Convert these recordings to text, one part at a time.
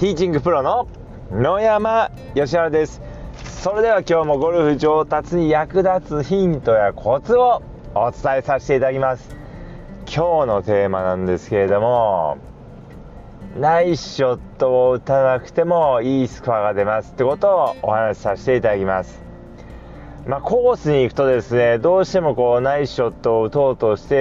ティーチングプロの野山義原です。それでは今日もゴルフ上達に役立つヒントやコツをお伝えさせていただきます。今日のテーマなんですけれども、ナイスショットを打たなくてもいいスコアが出ますってことをお話しさせていただきます。コースに行くとですね、どうしてもナイスショットを打とうとして、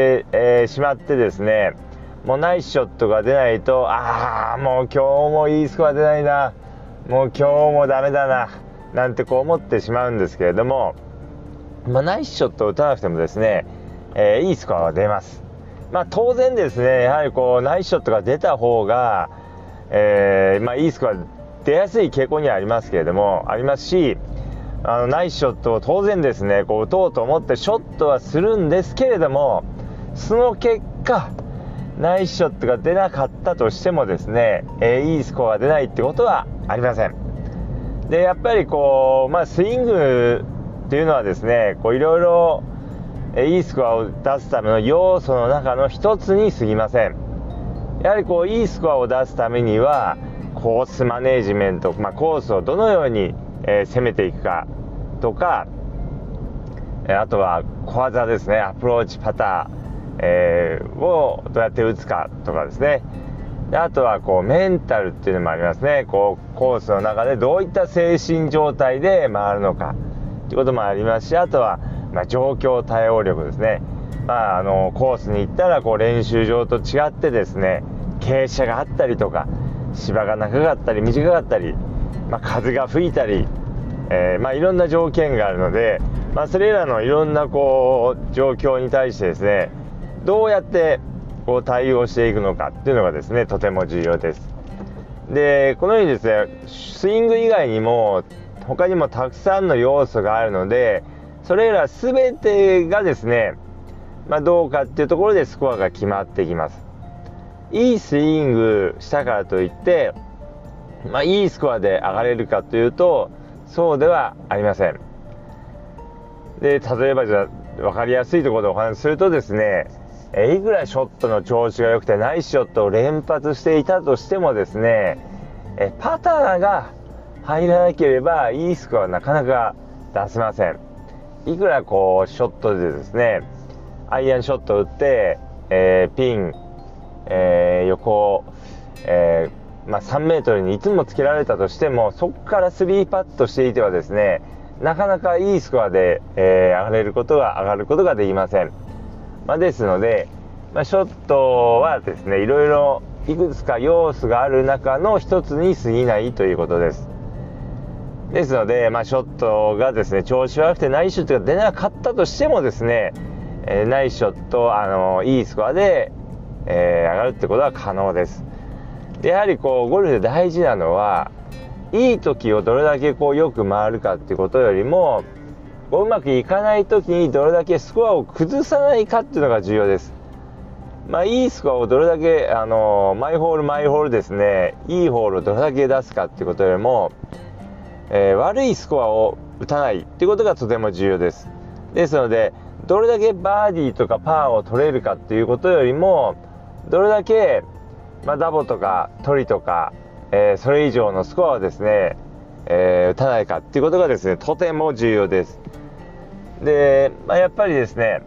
しまってですね、もうナイスショットが出ないと、もう今日もいいスコア出ないな、もう今日もダメだななんて思ってしまうんですけれども、ナイスショットを打たなくてもですね、いいスコアは出ます。当然ですね、やはりナイスショットが出た方が、いいスコア出やすい傾向にはありますけれども、ありますし、ナイスショットを当然ですね、打とうと思ってショットはするんですけれども、その結果ナイスショットが出なかったとしてもですね、いいスコアが出ないってことはありません。で、やっぱりスイングっていうのはですね、いろいろいいスコアを出すための要素の中の一つに過ぎません。やはりいいスコアを出すためにはコースマネージメント、コースをどのように、攻めていくかとか、あとは小技ですね、アプローチパター、をどうやって打つかとかですね。で、あとはメンタルっていうのもありますね。コースの中でどういった精神状態で回るのかということもありますし、あとは状況対応力ですね。コースに行ったら練習場と違ってですね、傾斜があったりとか、芝が長かったり短かったり、風が吹いたり、いろんな条件があるので、それらのいろんな状況に対してですね、どうやって対応していくのかっていうのがですね、とても重要です。で、このようにですね、スイング以外にも他にもたくさんの要素があるので、それら全てがですね、どうかっていうところでスコアが決まってきます。いいスイングしたからといっていいスコアで上がれるかというと、そうではありません。で、例えばじゃあ分かりやすいところでお話しするとですね、いくらショットの調子が良くてナイスショットを連発していたとしてもですね、パターが入らなければいいスコアはなかなか出せません。いくらショットでですね、アイアンショットを打って、ピン、横、3メートルにいつもつけられたとしても、そこから3パットしていてはですね、なかなかいいスコアで、上がることができません。ですので、ショットはですね、いろいろいくつか要素がある中の一つに過ぎないということです。ですので、ショットがですね、調子悪くてナイスショットが出なかったとしてもですね、ナイスショット、いいスコアで、上がるってことは可能です。で、やはりゴルフで大事なのは、いい時をどれだけよく回るかっていうことよりも、うまくいかない時にどれだけスコアを崩さないかっていうのが重要です。いいスコアをどれだけマイホールマイホールですね、いいホールをどれだけ出すかっていうことよりも、悪いスコアを打たないっていうことがとても重要です。ですので、どれだけバーディーとかパーを取れるかっていうことよりも、どれだけダボとか取りとか、それ以上のスコアをですね、打たないかっていうことがですね、とても重要です。で、やっぱりですね、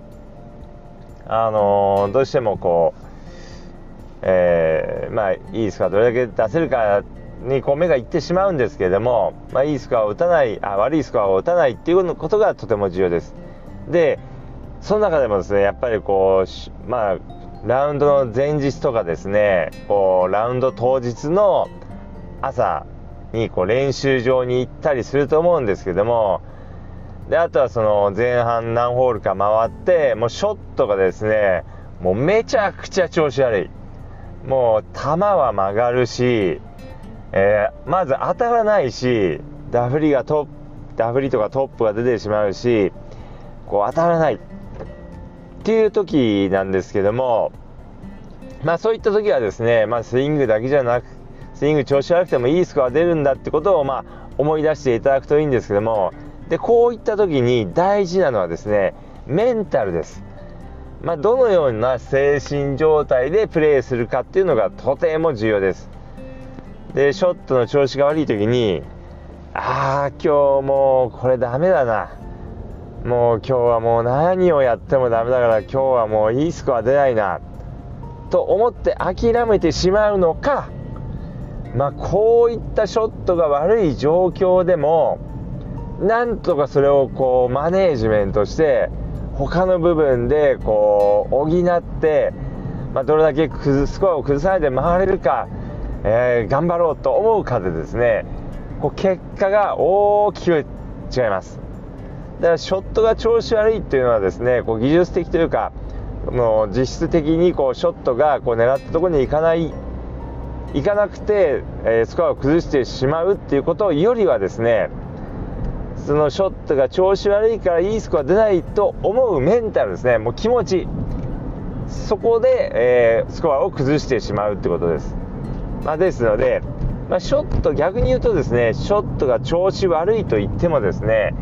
どうしてもいいスコアどれだけ出せるかに目がいってしまうんですけれども、いいスコアを打たない、悪いスコアを打たないっていうことがとても重要です。で、その中でもですね、やっぱりラウンドの前日とかですね、ラウンド当日の朝に練習場に行ったりすると思うんですけども、で、あとはその前半何ホールか回って、もうショットがですね、もうめちゃくちゃ調子悪い。もう球は曲がるし、まず当たらないし、ダフりとかトップが出てしまうし、当たらないっていう時なんですけども、そういった時はですね、スイングだけじゃなく、スイング調子悪くてもいいスコア出るんだってことを思い出していただくといいんですけども、で、こういった時に大事なのはですね、メンタルです。どのような精神状態でプレーするかっていうのがとても重要です。 でショットの調子が悪い時に、今日もうこれダメだな、もう今日はもう何をやってもダメだから今日はもういいスコア出ないなと思って諦めてしまうのか、こういったショットが悪い状況でもなんとかそれをこうマネージメントして他の部分でこう補って、どれだけスコアを崩さないで回れるか、頑張ろうと思うかでですね、こう結果が大きく違います。だからショットが調子悪いっていうのはですね、こう技術的というかもう実質的にこうショットがこう狙ったところに行かなくて、スコアを崩してしまうっていうことよりはですね、そのショットが調子悪いからいいスコア出ないと思うメンタルですね、もう気持ち、そこで、スコアを崩してしまうってことです。ですので、ショット逆に言うとですね、ショットが調子悪いと言ってもですね、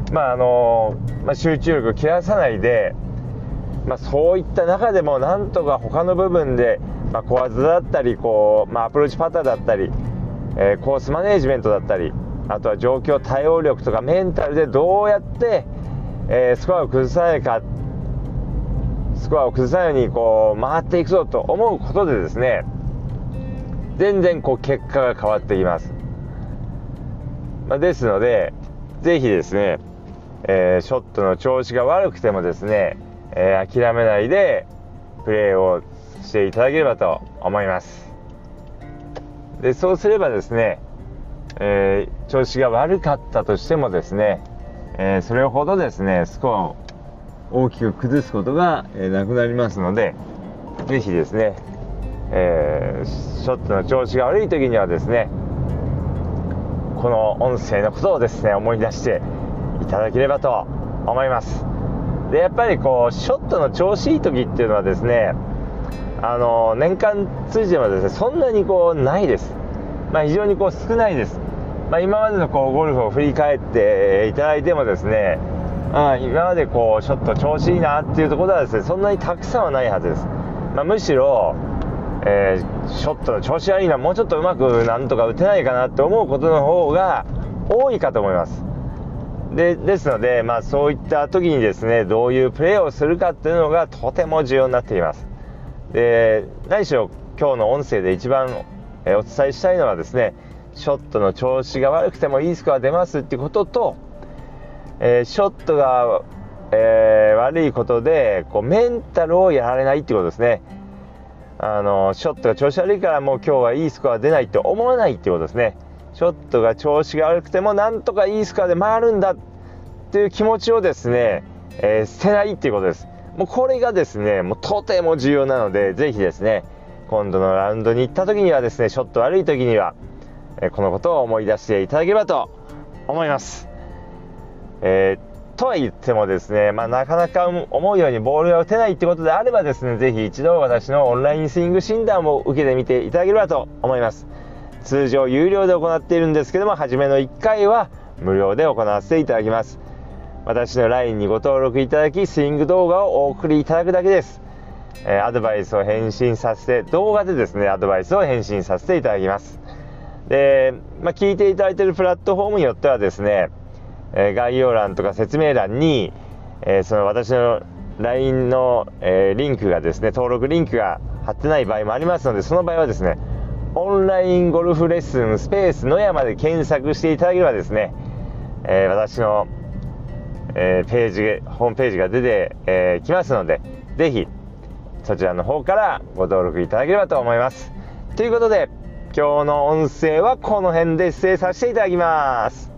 集中力を切らさないで、そういった中でもなんとか他の部分で、小技だったりこう、アプローチパターだったり、コースマネージメントだったり、あとは状況対応力とかメンタルでどうやって、スコアを崩さないか、スコアを崩さないようにこう回っていくぞと思うことでですね、全然こう結果が変わってきます。ですのでぜひですね、ショットの調子が悪くてもですね、諦めないでプレーをしていただければと思います。でそうすればですね、調子が悪かったとしてもですね、それほどですねスコアを大きく崩すことが、なくなりますので、ぜひですね、ショットの調子が悪い時にはですね、この音声のことをですね思い出していただければと思います。でやっぱりこうショットの調子いい時っていうのはですね、年間通じてもですねそんなにこうないです。非常にこう少ないです。今までのこうゴルフを振り返っていただいてもですね、今までこうショット調子いいなっていうところではですねそんなにたくさんはないはずです。むしろ、ショットの調子悪いな、もうちょっとうまくなんとか打てないかなって思うことの方が多いかと思います。ですので、そういった時にですねどういうプレーをするかっていうのがとても重要になっています。で何しろ今日の音声で一番、お伝えしたいのはですね、ショットの調子が悪くてもいいスコア出ますっていうことと、ショットが、悪いことでこうメンタルをやられないっていうことですね。ショットが調子悪いからもう今日はいいスコア出ないって思わないっていうことですね。ショットが調子が悪くてもなんとかいいスコアで回るんだっていう気持ちをですね、捨てないっていうことです。もうこれがですねもうとても重要なので、ぜひですね今度のラウンドに行った時にはですね、ショット悪い時には、このことを思い出していただければと思います。とは言ってもですね、なかなか思うようにボールが打てないってことであればですね、ぜひ一度私のオンラインスイング診断を受けてみていただければと思います。通常有料で行っているんですけども、初めの1回は無料で行わせていただきます。私の LINE にご登録いただき、スイング動画をお送りいただくだけです。アドバイスを返信させて、動画でですねアドバイスを返信させていただきます。で、聞いていただいているプラットフォームによってはですね、概要欄とか説明欄に、その私の LINE の、リンクがですね、登録リンクが貼ってない場合もありますので、その場合はですね、オンラインゴルフレッスンスペース野山で検索していただければですね、私の、ホームページが出てきますので、ぜひそちらの方からご登録いただければと思います。ということで今日の音声はこの辺で失礼させていただきます。